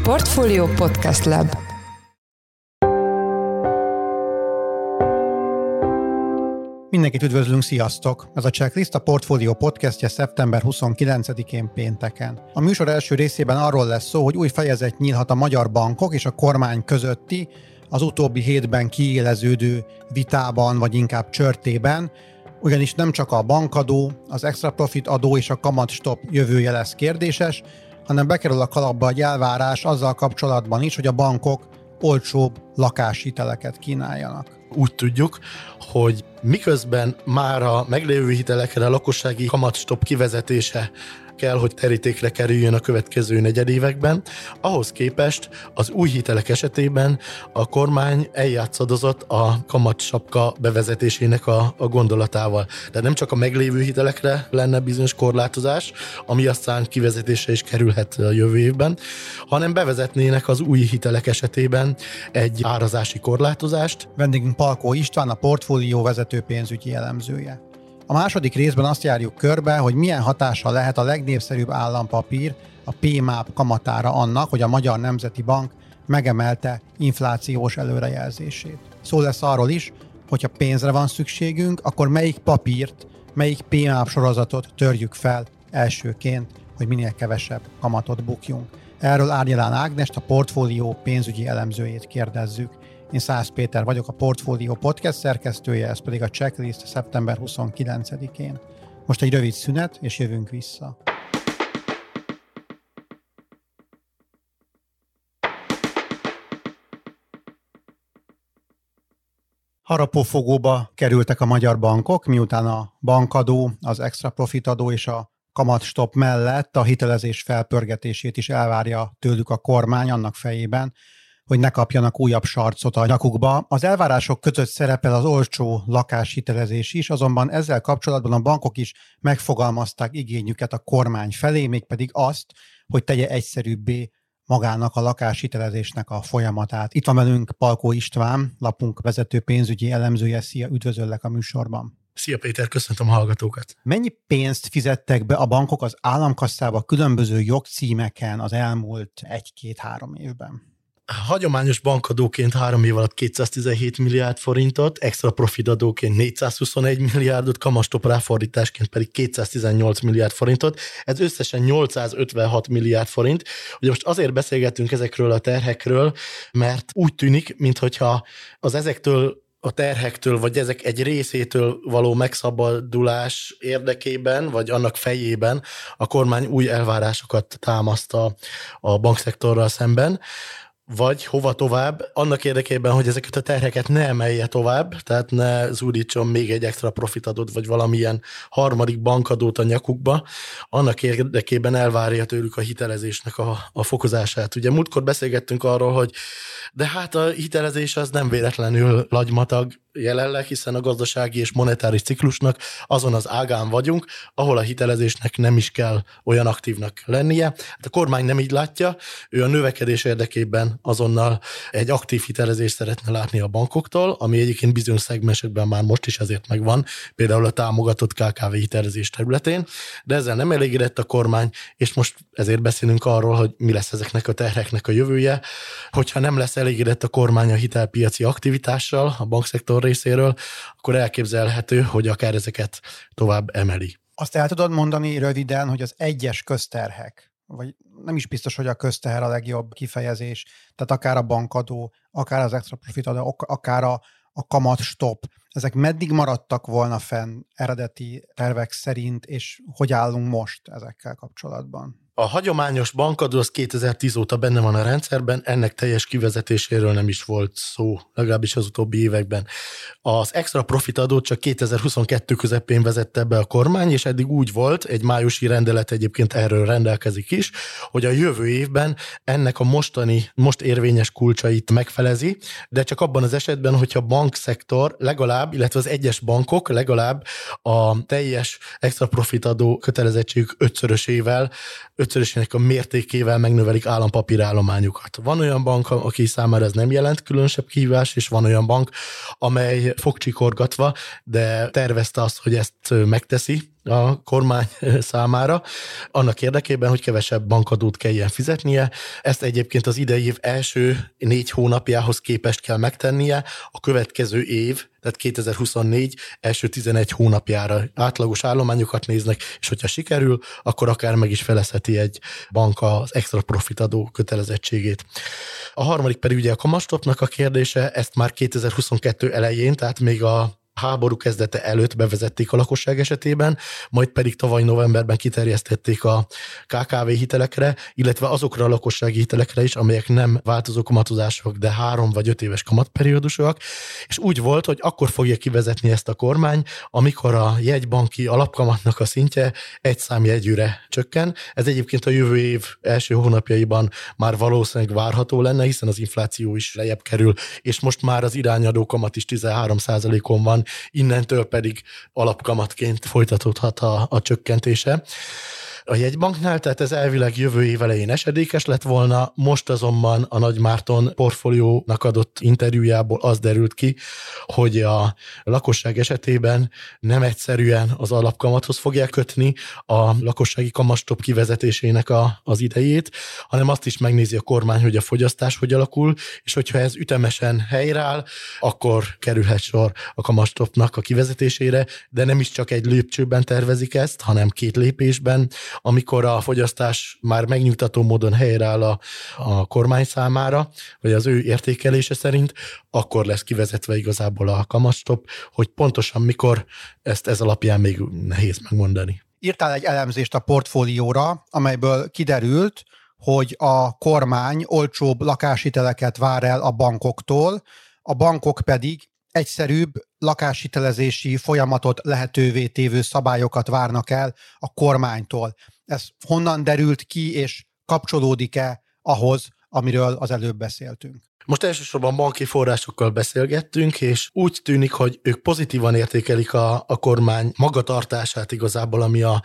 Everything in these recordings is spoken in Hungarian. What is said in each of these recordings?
Portfolio Podcast Lab. Mindenkit üdvözlünk, sziasztok! Ez a Checklist a Portfolio podcastje szeptember 29-én pénteken. A műsor első részében arról lesz szó, hogy új fejezet nyílhat a magyar bankok és a kormány közötti, az utóbbi hétben kiéleződő vitában, vagy inkább csörtében, ugyanis nem csak a bankadó, az extra profit adó és a kamatstop jövője lesz kérdéses, hanem bekerül a kalapba egy elvárás azzal kapcsolatban is, hogy a bankok olcsóbb lakáshiteleket kínáljanak. Úgy tudjuk, hogy miközben már a meglévő hitelekre a lakossági kamatstop kivezetése kell, hogy terítékre kerüljön a következő negyedévekben, ahhoz képest az új hitelek esetében a kormány eljátszadozott a kamatsapka bevezetésének a gondolatával. De nem csak a meglévő hitelekre lenne bizonyos korlátozás, ami aztán kivezetésre is kerülhet a jövő évben, hanem bevezetnének az új hitelek esetében egy árazási korlátozást. Vendégünk Palkó István, a Portfólió vezető pénzügyi elemzője. A második részben azt járjuk körbe, hogy milyen hatással lehet a legnépszerűbb állampapír, a PMAP kamatára annak, hogy a Magyar Nemzeti Bank megemelte inflációs előrejelzését. Szó lesz arról is, hogyha pénzre van szükségünk, akkor melyik papírt, melyik PMAP sorozatot törjük fel elsőként, hogy minél kevesebb kamatot bukjunk. Erről Árgyalán Ágnest, a Portfólió pénzügyi elemzőjét kérdezzük. Én Szász Péter vagyok, a Portfolio podcast szerkesztője, ez pedig a Checklist szeptember 29-én. Most egy rövid szünet, és jövünk vissza. Harapófogóba kerültek a magyar bankok, miután a bankadó, az extra profit adó és a kamatstop mellett a hitelezés felpörgetését is elvárja tőlük a kormány annak fejében, hogy ne kapjanak újabb sarcot a nyakukba. Az elvárások között szerepel az olcsó lakáshitelezés is, azonban ezzel kapcsolatban a bankok is megfogalmazták igényüket a kormány felé, mégpedig azt, hogy tegye egyszerűbbé magának a lakáshitelezésnek a folyamatát. Itt van velünk Palkó István, lapunk vezető pénzügyi elemzője. Szia, üdvözöllek a műsorban. Szia Péter, köszöntöm a hallgatókat. Mennyi pénzt fizettek be a bankok az államkasszába különböző jogcímeken az elmúlt 1-2-3 évben? Hagyományos bankadóként 3 év alatt 217 milliárd forintot, extra profit adóként 421 milliárdot, kamatstop ráfordításként pedig 218 milliárd forintot. Ez összesen 856 milliárd forint. Ugye most azért beszélgetünk ezekről a terhekről, mert úgy tűnik, minthogyha az ezektől a terhektől, vagy ezek egy részétől való megszabadulás érdekében, vagy annak fejében a kormány új elvárásokat támaszt a bankszektorral szemben, vagy hova tovább, annak érdekében, hogy ezeket a terheket ne emelje tovább, tehát ne zúdítson még egy extra profitadót, vagy valamilyen harmadik bankadót a nyakukba, annak érdekében elvárja tőlük a hitelezésnek a fokozását. Ugye múltkor beszélgettünk arról, hogy de hát a hitelezés az nem véletlenül lagymatag jelenleg, hiszen a gazdasági és monetáris ciklusnak azon az ágán vagyunk, ahol a hitelezésnek nem is kell olyan aktívnak lennie. Hát a kormány nem így látja, ő a növekedés érdekében azonnal egy aktív hitelezést szeretne látni a bankoktól, ami egyébként bizonyos szegmensekben már most is ezért megvan, például a támogatott KKV hitelezés területén, de ezzel nem elégedett a kormány, és most ezért beszélünk arról, hogy mi lesz ezeknek a terheknek a jövője. Hogyha nem lesz elégedett a kormány a hitelpiaci aktivitással, a bankszektor részéről, akkor elképzelhető, hogy akár ezeket tovább emeli. Azt el tudod mondani röviden, hogy az egyes közterhek, vagy nem is biztos, hogy a közteher a legjobb kifejezés, tehát akár a bankadó, akár az extra profit adó, akár a kamatstop, ezek meddig maradtak volna fenn eredeti tervek szerint, és hogy állunk most ezekkel kapcsolatban? A hagyományos bankadó az 2010 óta benne van a rendszerben, ennek teljes kivezetéséről nem is volt szó, legalábbis az utóbbi években. Az extra profit adót csak 2022 közepén vezette be a kormány, és eddig úgy volt, egy májusi rendelet egyébként erről rendelkezik is, hogy a jövő évben ennek a most érvényes kulcsait megfelezi, de csak abban az esetben, hogyha a bankszektor legalább, illetve az egyes bankok legalább a teljes extra profit adó kötelezettségük ötszörösének a mértékével megnövelik állampapírállományukat. Van olyan bank, aki számára ez nem jelent különösebb kihívás, és van olyan bank, amely fogcsikorgatva, de tervezte azt, hogy ezt megteszi, a kormány számára, annak érdekében, hogy kevesebb bankadót kelljen fizetnie. Ezt egyébként az idei év első 4 hónapjához képest kell megtennie, a következő év, tehát 2024 első 11 hónapjára átlagos állományokat néznek, és hogyha sikerül, akkor akár meg is felezheti egy bank az extra profit adó kötelezettségét. A harmadik pedig ugye a kamatstopnak a kérdése, ezt már 2022 elején, tehát még a háború kezdete előtt bevezették a lakosság esetében, majd pedig tavaly novemberben kiterjesztették a KKV hitelekre, illetve azokra a lakossági hitelekre is, amelyek nem változó kamatozások, de 3 vagy 5 éves kamatperiódusok, és úgy volt, hogy akkor fogja kivezetni ezt a kormány, amikor a jegybanki alapkamatnak a szintje egy számjegyűre csökken. Ez egyébként a jövő év első hónapjaiban már valószínűleg várható lenne, hiszen az infláció is lejjebb kerül, és most már az irányadó kamat is 13%-on van, innentől pedig alapkamatként folytatódhat a csökkentése a jegybanknál, tehát ez elvileg jövő év elején esedékes lett volna, most azonban a Nagy Márton Portfóliónak adott interjújából az derült ki, hogy a lakosság esetében nem egyszerűen az alapkamathoz fogják kötni a lakossági kamatstop kivezetésének az idejét, hanem azt is megnézi a kormány, hogy a fogyasztás hogy alakul, és hogyha ez ütemesen helyreáll, akkor kerülhet sor a kamatstopnak a kivezetésére, de nem is csak egy lépcsőben tervezik ezt, hanem 2 lépésben, amikor a fogyasztás már megnyugtató módon helyreáll a kormány számára, vagy az ő értékelése szerint, akkor lesz kivezetve igazából a kamatstop, hogy pontosan mikor, ezt ez alapján még nehéz megmondani. Írtál egy elemzést a portfólióra, amelyből kiderült, hogy a kormány olcsóbb lakáshiteleket vár el a bankoktól, a bankok pedig egyszerűbb lakáshitelezési folyamatot lehetővé tévő szabályokat várnak el a kormánytól. Ez honnan derült ki, és kapcsolódik-e ahhoz, amiről az előbb beszéltünk? Most elsősorban banki forrásokkal beszélgettünk, és úgy tűnik, hogy ők pozitívan értékelik a kormány magatartását igazából,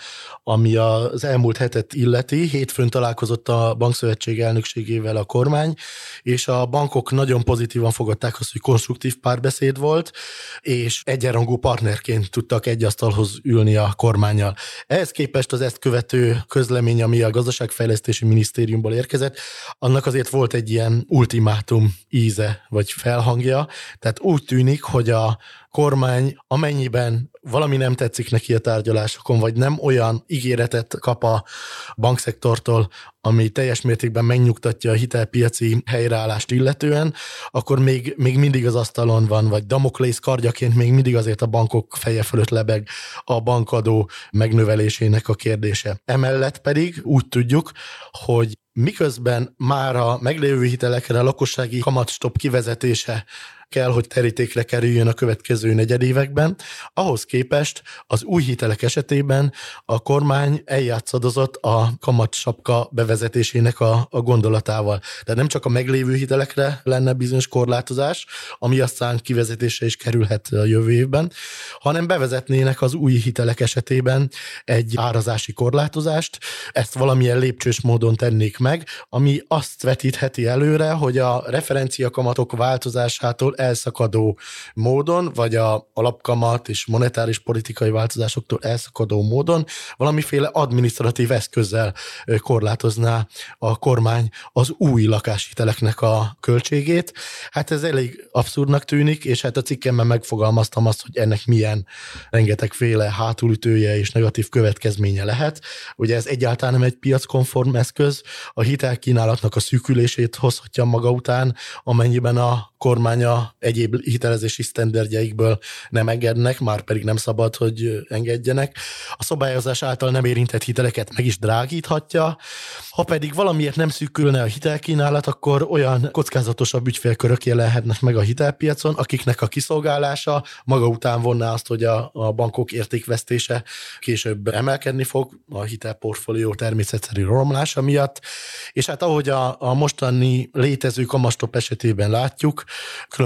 ami az elmúlt hetet illeti. Hétfőn találkozott a Bankszövetség elnökségével a kormány, és a bankok nagyon pozitívan fogadták azt, hogy konstruktív párbeszéd volt, és egyenrangú partnerként tudtak egy asztalhoz ülni a kormánnyal. Ehhez képest az ezt követő közlemény, ami a Gazdaságfejlesztési Minisztériumból érkezett, annak azért volt egy ilyen ultimátum íze vagy felhangja, tehát úgy tűnik, hogy a kormány amennyiben valami nem tetszik neki a tárgyalásokon, vagy nem olyan ígéretet kap a bankszektortól, ami teljes mértékben megnyugtatja a hitelpiaci helyreállást illetően, akkor még mindig az asztalon van, vagy Damoklész kardjaként még mindig azért a bankok feje fölött lebeg a bankadó megnövelésének a kérdése. Emellett pedig úgy tudjuk, hogy miközben már a meglévő hitelekre a lakossági kamatstop kivezetése kell, hogy terítékre kerüljön a következő negyedévekben. Ahhoz képest az új hitelek esetében a kormány eljátszadozott a kamatsapka bevezetésének a gondolatával. Tehát nem csak a meglévő hitelekre lenne bizonyos korlátozás, ami aztán kivezetésre is kerülhet a jövő évben, hanem bevezetnének az új hitelek esetében egy árazási korlátozást, ezt valamilyen lépcsős módon tennék meg, ami azt vetítheti előre, hogy a referenciakamatok változásától elszakadó módon, vagy a alapkamat és monetáris politikai változásoktól elszakadó módon valamiféle adminisztratív eszközzel korlátozná a kormány az új lakáshiteleknek a költségét. Hát ez elég abszurdnak tűnik, és hát a cikkemben megfogalmaztam azt, hogy ennek milyen rengetegféle hátulütője és negatív következménye lehet. Ugye ez egyáltalán nem egy piackonform eszköz, a hitelkínálatnak a szűkülését hozhatja maga után, amennyiben a kormánya egyéb hitelezési sztenderdjeikből nem engednek, már pedig nem szabad, hogy engedjenek. A szabályozás által nem érintett hiteleket meg is drágíthatja. Ha pedig valamiért nem szűkülne a hitelkínálat, akkor olyan kockázatosabb ügyfélkörök jelenhetnek meg a hitelpiacon, akiknek a kiszolgálása maga után vonná azt, hogy a bankok értékvesztése később emelkedni fog a hitelportfólió természetszerű romlása miatt. És hát ahogy a mostani létező kamatstop esetében látjuk, különféle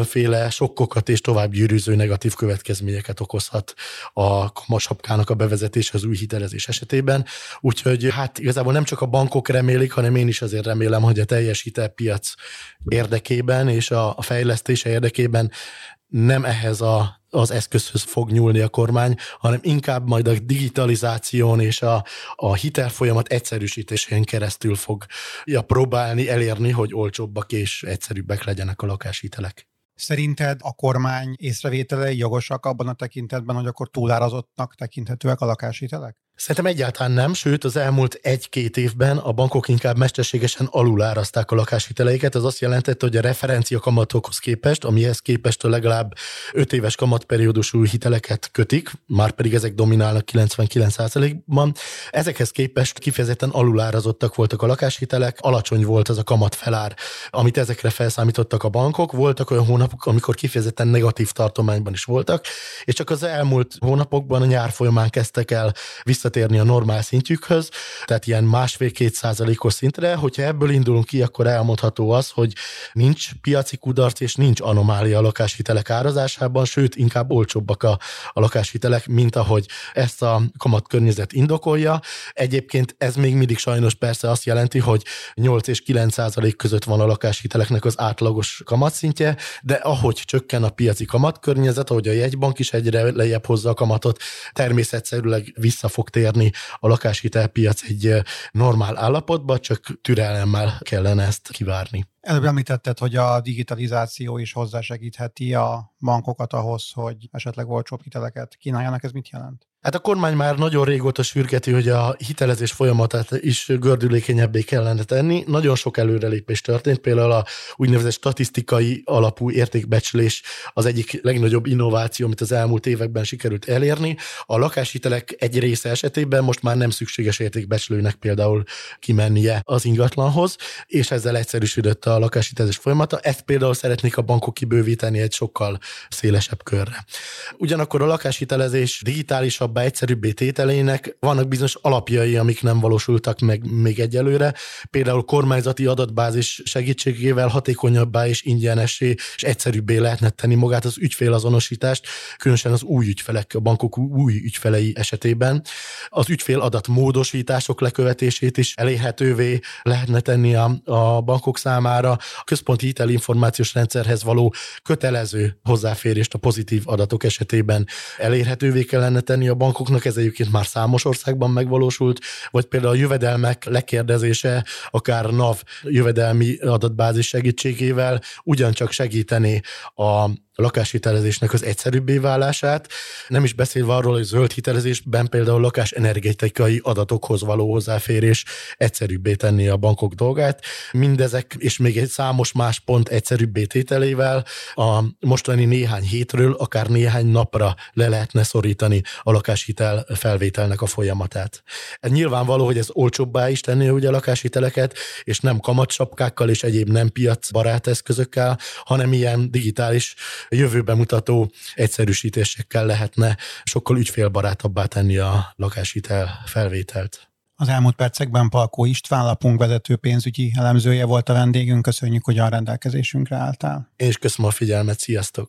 különféle sokkokat és tovább gyűrűző negatív következményeket okozhat a kamatsapkának a bevezetése az új hitelezés esetében. Úgyhogy hát igazából nem csak a bankok remélik, hanem én is azért remélem, hogy a teljes hitelpiac érdekében és a fejlesztése érdekében nem ehhez az eszközhöz fog nyúlni a kormány, hanem inkább majd a digitalizáción és a hitelfolyamat egyszerűsítésén keresztül fogja próbálni elérni, hogy olcsóbbak és egyszerűbbek legyenek a lakáshitelek. Szerinted a kormány észrevételei jogosak abban a tekintetben, hogy akkor túlárazottnak tekinthetőek a lakáshitelek? Szerintem egyáltalán nem, sőt az elmúlt 1-2 évben a bankok inkább mesterségesen alulárazták a lakáshiteleiket. Ez azt jelentette, hogy a referencia kamatokhoz képest, amihez képest a legalább 5 éves kamatperiódusú hiteleket kötik, már pedig ezek dominálnak 99%-ban. Ezekhez képest kifejezetten alulárazottak voltak a lakáshitelek, alacsony volt az a kamatfelár, amit ezekre felszámítottak a bankok. Voltak olyan hónapok, amikor kifejezetten negatív tartományban is voltak, és csak az elmúlt hónapokban a nyár folyamán kezdtek el visszatérni a normál szintjükhöz, tehát ilyen 1,5-2%-os szintre. Hogyha ebből indulunk ki, akkor elmondható az, hogy nincs piaci kudarc és nincs anomália a lakáshitelek árazásában, sőt, inkább olcsóbbak a lakáshitelek, mint ahogy ezt a kamatkörnyezet indokolja. Egyébként ez még mindig sajnos persze azt jelenti, hogy 8 és 9% között van a lakáshiteleknek az átlagos kamatszintje, de ahogy csökken a piaci kamatkörnyezet, ahogy a jegybank is egyre lejjebb hozza a kamatot, természetszerűleg vissza fog térni a lakáshitelpiac egy normál állapotba, csak türelemmel kellene ezt kivárni. Előbb említetted, hogy a digitalizáció is hozzásegítheti a bankokat ahhoz, hogy esetleg olcsóbb hiteleket kínáljanak. Ez mit jelent? Hát a kormány már nagyon régóta sürgeti, hogy a hitelezés folyamatát is gördülékenyebbé kellene tenni. Nagyon sok előrelépés történt, például a úgynevezett statisztikai alapú értékbecslés az egyik legnagyobb innováció, amit az elmúlt években sikerült elérni. A lakáshitelek egy része esetében most már nem szükséges értékbecslőnek például kimennie az ingatlanhoz, és ezzel egyszerűsödött a lakáshitelezés folyamata. Ezt például szeretnék a bankok kibővíteni egy sokkal szélesebb körre. Ugyanakkor a lakáshitelezés digitálisabb, egyszerűbbé tételének vannak bizonyos alapjai, amik nem valósultak meg még egyelőre. Például kormányzati adatbázis segítségével hatékonyabbá és ingyenessé és egyszerűbbé lehetne tenni magát az ügyfélazonosítást, különösen az új ügyfelek, a bankok új ügyfelei esetében. Az ügyféladat módosítások lekövetését is elérhetővé lehetne tenni a bankok számára. A központi hitelinformációs rendszerhez való kötelező hozzáférést a pozitív adatok esetében elérhetővé kellene tenni a bankoknak, ez egyébként már számos országban megvalósult, vagy például a jövedelmek lekérdezése, akár NAV jövedelmi adatbázis segítségével ugyancsak segíteni a lakáshitelezésnek az egyszerűbbé válását, nem is beszélve arról, hogy zöld hitelezésben például lakásenergetikai adatokhoz való hozzáférés egyszerűbbé tenni a bankok dolgát. Mindezek és még egy számos más pont egyszerűbbé tételével a mostani néhány hétről akár néhány napra le lehetne szorítani a lakáshitel felvételnek a folyamatát. Nyilvánvaló, hogy ez olcsóbbá is tenni ugye a lakáshiteleket, és nem kamatsapkákkal és egyéb nem piacbarát eszközökkel, hanem ilyen digitális jövőbe mutató egyszerűsítésekkel lehetne sokkal ügyfélbarátabbá tenni a lakáshitel felvételt. Az elmúlt percekben Palkó István, lapunk vezető pénzügyi elemzője volt a vendégünk. Köszönjük, hogy a rendelkezésünkre álltál. Én is köszönöm a figyelmet, sziasztok!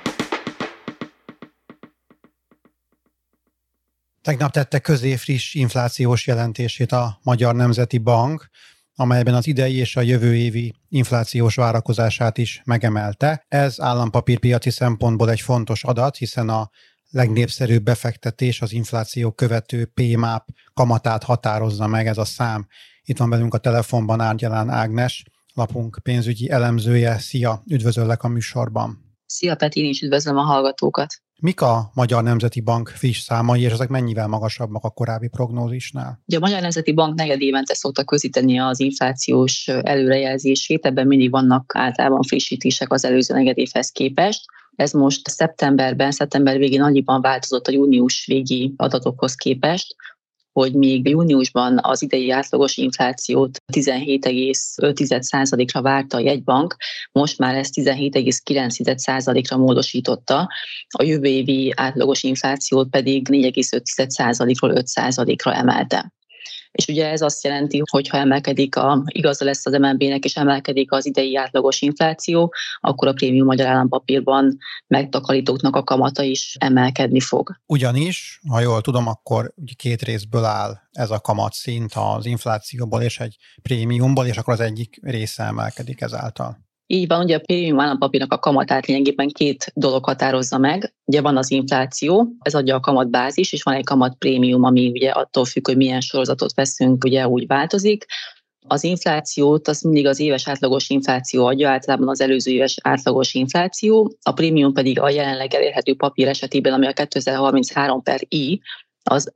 Tegnap tette közé friss inflációs jelentését a Magyar Nemzeti Bank, amelyben az idei és a jövő évi inflációs várakozását is megemelte. Ez állampapírpiaci szempontból egy fontos adat, hiszen a legnépszerűbb befektetés az infláció követő PMAP kamatát határozza meg ez a szám. Itt van velünk a telefonban Árgyalán Ágnes, lapunk pénzügyi elemzője. Szia, üdvözöllek a műsorban. Szia Peti, én is üdvözlöm a hallgatókat. Mik a Magyar Nemzeti Bank friss számai, és ezek mennyivel magasabbak a korábbi prognózisnál? Ugye a Magyar Nemzeti Bank negyedévente szokta közíteni az inflációs előrejelzését, ebben mindig vannak általában frissítések az előző negyedévhez képest. Ez most szeptember végén annyiban változott a június végi adatokhoz képest, hogy még júniusban az idei átlagos inflációt 17,5%-ra várta a jegybank, most már ezt 17,9%-ra módosította, a jövő évi átlagos inflációt pedig 4,5%-ról 5%-ra emelte. És ugye ez azt jelenti, hogy ha emelkedik, igaza lesz az MNB-nek, és emelkedik az idei átlagos infláció, akkor a prémium magyar állampapírban megtakarítóknak a kamata is emelkedni fog. Ugyanis, ha jól tudom, akkor ugye 2 részből áll ez a kamatszint, az inflációból és egy prémiumból, és akkor az egyik része emelkedik ezáltal. Így van, ugye a prémium állampapírnak a kamatát lényegében 2 dolog határozza meg. Ugye van az infláció, ez adja a kamatbázis, és van egy kamatprémium, ami ugye attól függ, hogy milyen sorozatot veszünk, ugye úgy változik. Az inflációt az mindig az éves átlagos infláció adja, általában az előző éves átlagos infláció, a prémium pedig a jelenleg elérhető papír esetében, ami a 2033/I, az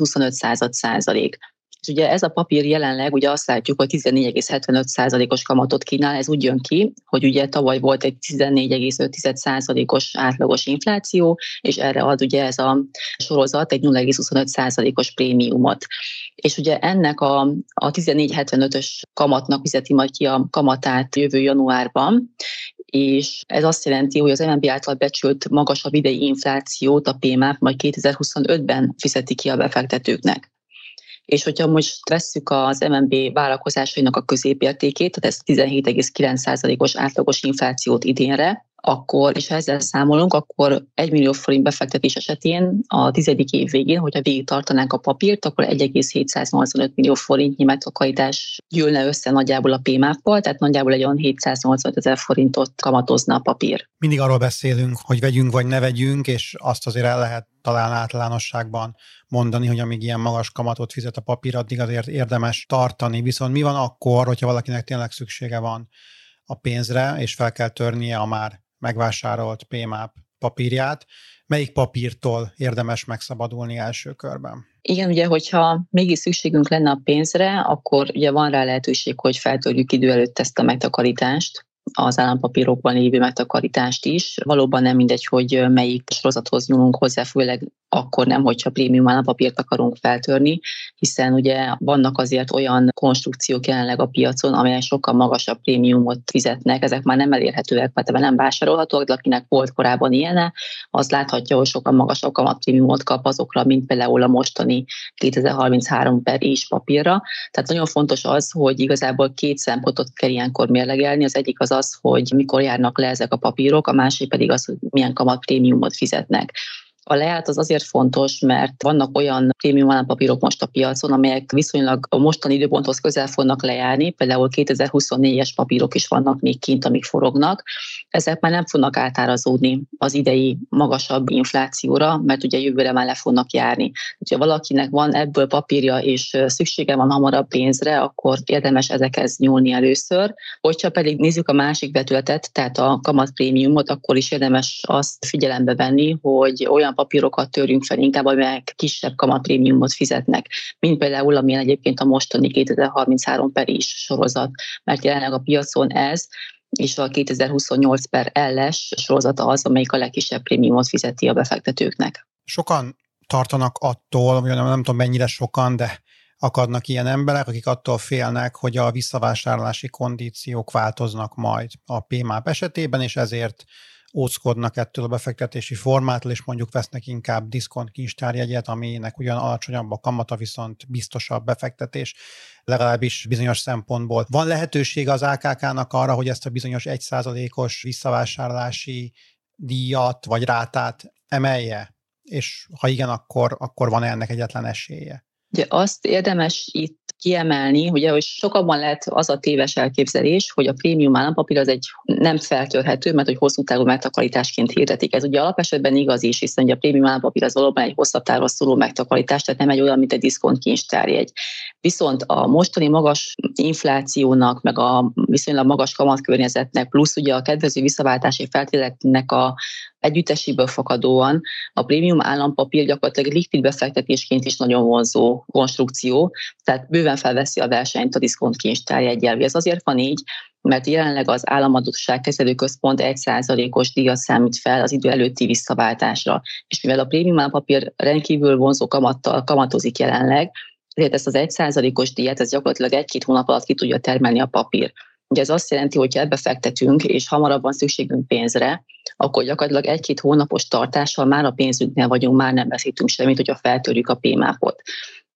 0,25%. És ugye ez a papír jelenleg ugye azt látjuk, hogy 14,75%-os kamatot kínál, ez úgy jön ki, hogy ugye tavaly volt egy 14,5%-os átlagos infláció, és erre ad ugye ez a sorozat egy 0,25%-os prémiumot. És ugye ennek a 14,75-ös kamatnak fizeti majd ki a kamatát jövő januárban, és ez azt jelenti, hogy az MNB által becsült magasabb idei inflációt a PMAP majd 2025-ben fizeti ki a befektetőknek. És hogyha most vesszük az MNB vállalkozásainak a középértékét, tehát ez 17,9%-os átlagos inflációt idénre, akkor, és ha ezzel számolunk, akkor 1 millió forint befektetés esetén a 10. év végén, hogyha végig tartanánk a papírt, akkor 1,785 millió forintnyi megtakarítás gyűlne össze nagyjából a PMAP-val, tehát nagyjából egy olyan 785 000 forintot kamatozna a papír. Mindig arról beszélünk, hogy vegyünk vagy ne vegyünk, és azt azért el lehet talán általánosságban mondani, hogy amíg ilyen magas kamatot fizet a papír, addig azért érdemes tartani. Viszont mi van akkor, hogyha valakinek tényleg szüksége van a pénzre, és fel kell törnie a már megvásárolt PMAP papírját? Melyik papírtól érdemes megszabadulni első körben? Igen, ugye, hogyha mégis szükségünk lenne a pénzre, akkor ugye van rá lehetőség, hogy feltörjük idő előtt ezt a megtakarítást, az állampapírokban lévő megtakarítást is. Valóban nem mindegy, hogy melyik sorozathoz nyúlunk hozzá, főleg akkor nem, hogyha prémium állampapírt akarunk feltörni, hiszen ugye vannak azért olyan konstrukciók jelenleg a piacon, amelyek sokkal magasabb prémiumot fizetnek, ezek már nem elérhetőek, mert nem vásárolhatóak, de akinek volt korábban ilyene, az láthatja, hogy sokkal magasabb kamatprémiumot kap azokra, mint például a mostani 2033/I papírra. Tehát nagyon fontos az, hogy igazából 2 szempontot kell ilyenkor mérlegelni. Az egyik az, hogy mikor járnak le ezek a papírok, a másik pedig az, hogy milyen kamatprémiumot fizetnek. A lejárat az azért fontos, mert vannak olyan prémium állampapírok most a piacon, amelyek viszonylag a mostani időponthoz közel fognak lejárni, például 2024-es papírok is vannak még kint, amik forognak. Ezek már nem fognak átárazódni az idei magasabb inflációra, mert ugye jövőre már le fognak járni. Ha valakinek van ebből papírja és szüksége van hamarabb pénzre, akkor érdemes ezekhez nyúlni először. Hogyha pedig nézzük a másik vetületet, tehát a kamatprémiumot, akkor is érdemes azt figyelembe venni, hogy olyan papírokat törjünk fel inkább, amelyek kisebb kamatprémiumot fizetnek, mint például amilyen egyébként a mostani 2033/I sorozat, mert jelenleg a piacon ez, és a 2028/L-es sorozata az, amelyik a legkisebb prémiumot fizeti a befektetőknek. Sokan tartanak attól, vagy nem tudom mennyire sokan, de akadnak ilyen emberek, akik attól félnek, hogy a visszavásárlási kondíciók változnak majd a PMAP esetében, és ezért óckodnak ettől a befektetési formától, és mondjuk vesznek inkább diszkont kincstárjegyet, aminek ugyan alacsonyabb a kamata, viszont biztosabb befektetés, legalábbis bizonyos szempontból. Van lehetőség az AKK-nak arra, hogy ezt a bizonyos 1%-os visszavásárlási díjat vagy rátát emelje? És ha igen, akkor van ennek egyetlen esélye? Ugye azt érdemes itt kiemelni, ugye, hogy sokabban lehet az a téves elképzelés, hogy a prémium állampapír az egy nem feltörhető, mert hogy hosszú távú megtakarításként hirdetik. Ez ugye alapesetben igaz is, hiszen ugye a prémium állampapír az valóban egy hosszabb távra szóló megtakarítás, tehát nem egy olyan, mint egy diszkont kincstárjegy. Viszont a mostani magas inflációnak, meg a viszonylag magas kamatkörnyezetnek, plusz ugye a kedvező visszaváltási feltételeknek a együtteséből fakadóan a prémium állampapír gyakorlatilag likvid befektetésként is nagyon vonzó konstrukció, tehát bőven felveszi a versenyt a diszkont kincstárjeggyel. Ez azért van így, mert jelenleg az államadósságkezelő központ 1%-os díjat számít fel az idő előtti visszaváltásra. És mivel a prémium állampapír rendkívül vonzó kamattal kamatozik jelenleg, ezért ezt az 1%-os díjat ez gyakorlatilag 1-2 hónap alatt ki tudja termelni a papír. Ugye ez azt jelenti, hogy ha ebbe fektetünk, és hamarabb van szükségünk pénzre, akkor gyakorlatilag 1-2 hónapos tartással már a pénzünknél vagyunk, már nem veszítünk semmit, hogyha feltörjük a PMAP-ot.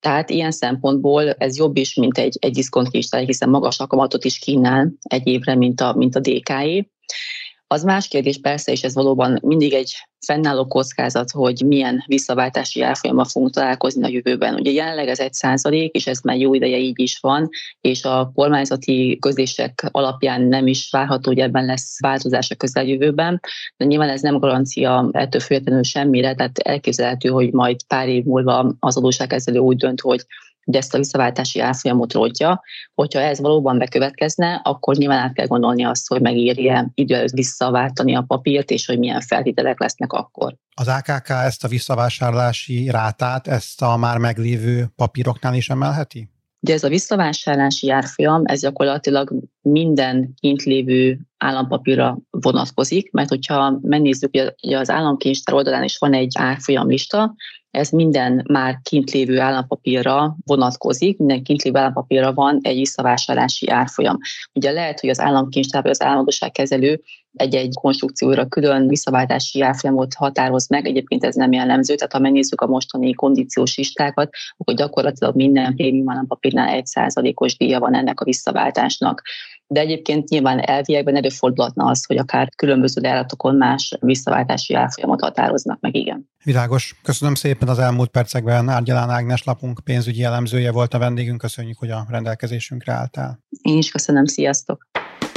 Tehát ilyen szempontból ez jobb is, mint egy diszkontkincstár, hiszen magas a kamatot is kínál egy évre, mint a DK-é. Az más kérdés persze, és ez valóban mindig egy fennálló kockázat, hogy milyen visszaváltási árfolyammal fogunk találkozni a jövőben. Ugye jelenleg ez 1%, és ez már jó ideje így is van, és a kormányzati közlések alapján nem is várható, hogy ebben lesz változás a közeljövőben, de nyilván ez nem garancia ettől függetlenül semmire, tehát elképzelhető, hogy majd pár év múlva az adósságkezelő úgy dönt, hogy ezt a visszaváltási árfolyamot rontja. Hogyha ez valóban bekövetkezne, akkor nyilván át kell gondolni azt, hogy megéri-e idő előtt visszaváltani a papírt, és hogy milyen feltételek lesznek akkor. Az AKK ezt a visszavásárlási rátát, ezt a már meglévő papíroknál is emelheti? Ugye ez a visszavásárlási árfolyam, ez gyakorlatilag minden kint lévő állampapírra vonatkozik, mert hogyha megnézzük, hogy az államkincstár oldalán is van egy árfolyamlista, ez minden már kint lévő állampapírra vonatkozik, minden kint lévő állampapírra van egy visszavásárlási árfolyam. Ugye lehet, hogy az államkincstár vagy az államadósságkezelő egy konstrukcióra külön visszaváltási árfolyamot határoz meg, egyébként ez nem jellemző, tehát ha megnézzük a mostani kondíciós listákat, akkor gyakorlatilag minden prémium állampapírnál 1%-os díja van ennek a visszaváltásnak. De egyébként nyilván elviekben előfordulhatna az, hogy akár különböző lejáratokon más visszaváltási árfolyamot határoznak meg, igen. Világos. Köszönöm szépen, az elmúlt percekben Árgyalán Ágnes, lapunk pénzügyi elemzője volt a vendégünk. Köszönjük, hogy a rendelkezésünkre álltál. Én is köszönöm, sziasztok!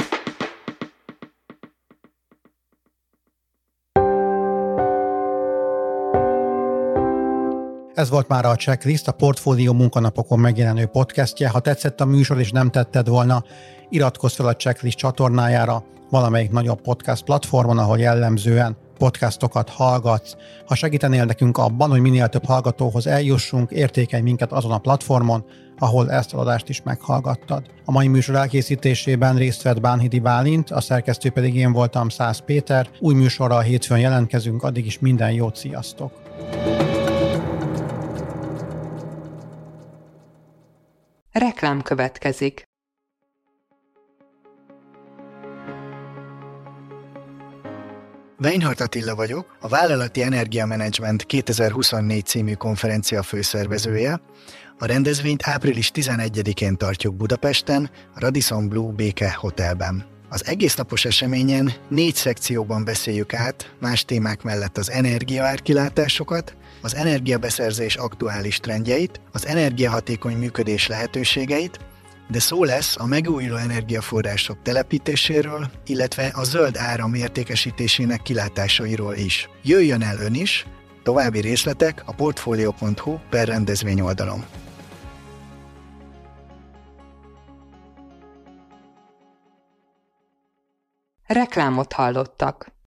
Ez volt már a Checklist, a Portfólió munkanapokon megjelenő podcastje. Ha tetszett a műsor és nem tetted volna, iratkozz fel a Checklist csatornájára valamelyik nagyobb podcast platformon, ahol jellemzően podcastokat hallgatsz. Ha segítenél nekünk abban, hogy minél több hallgatóhoz eljussunk, értékelj minket azon a platformon, ahol ezt az adást is meghallgattad. A mai műsor elkészítésében részt vett Bánhidi Bálint, a szerkesztő pedig én voltam, Szász Péter. Új műsorral hétfőn jelentkezünk, addig is minden jót, sziasztok! Reklám következik. Weinhardt Attila vagyok, a Vállalati Energiamenedzsment 2024 című konferencia főszervezője. A rendezvényt április 11-én tartjuk Budapesten, a Radisson Blu Béke Hotelben. Az egésznapos eseményen 4 szekcióban beszéljük át más témák mellett az energiaárkilátásokat, az energiabeszerzés aktuális trendjeit, az energiahatékony működés lehetőségeit, de szó lesz a megújuló energiaforrások telepítéséről, illetve a zöld áram értékesítésének kilátásairól is. Jöjjön el ön is, további részletek a portfolio.hu/rendezvény oldalon. Reklámot hallottak.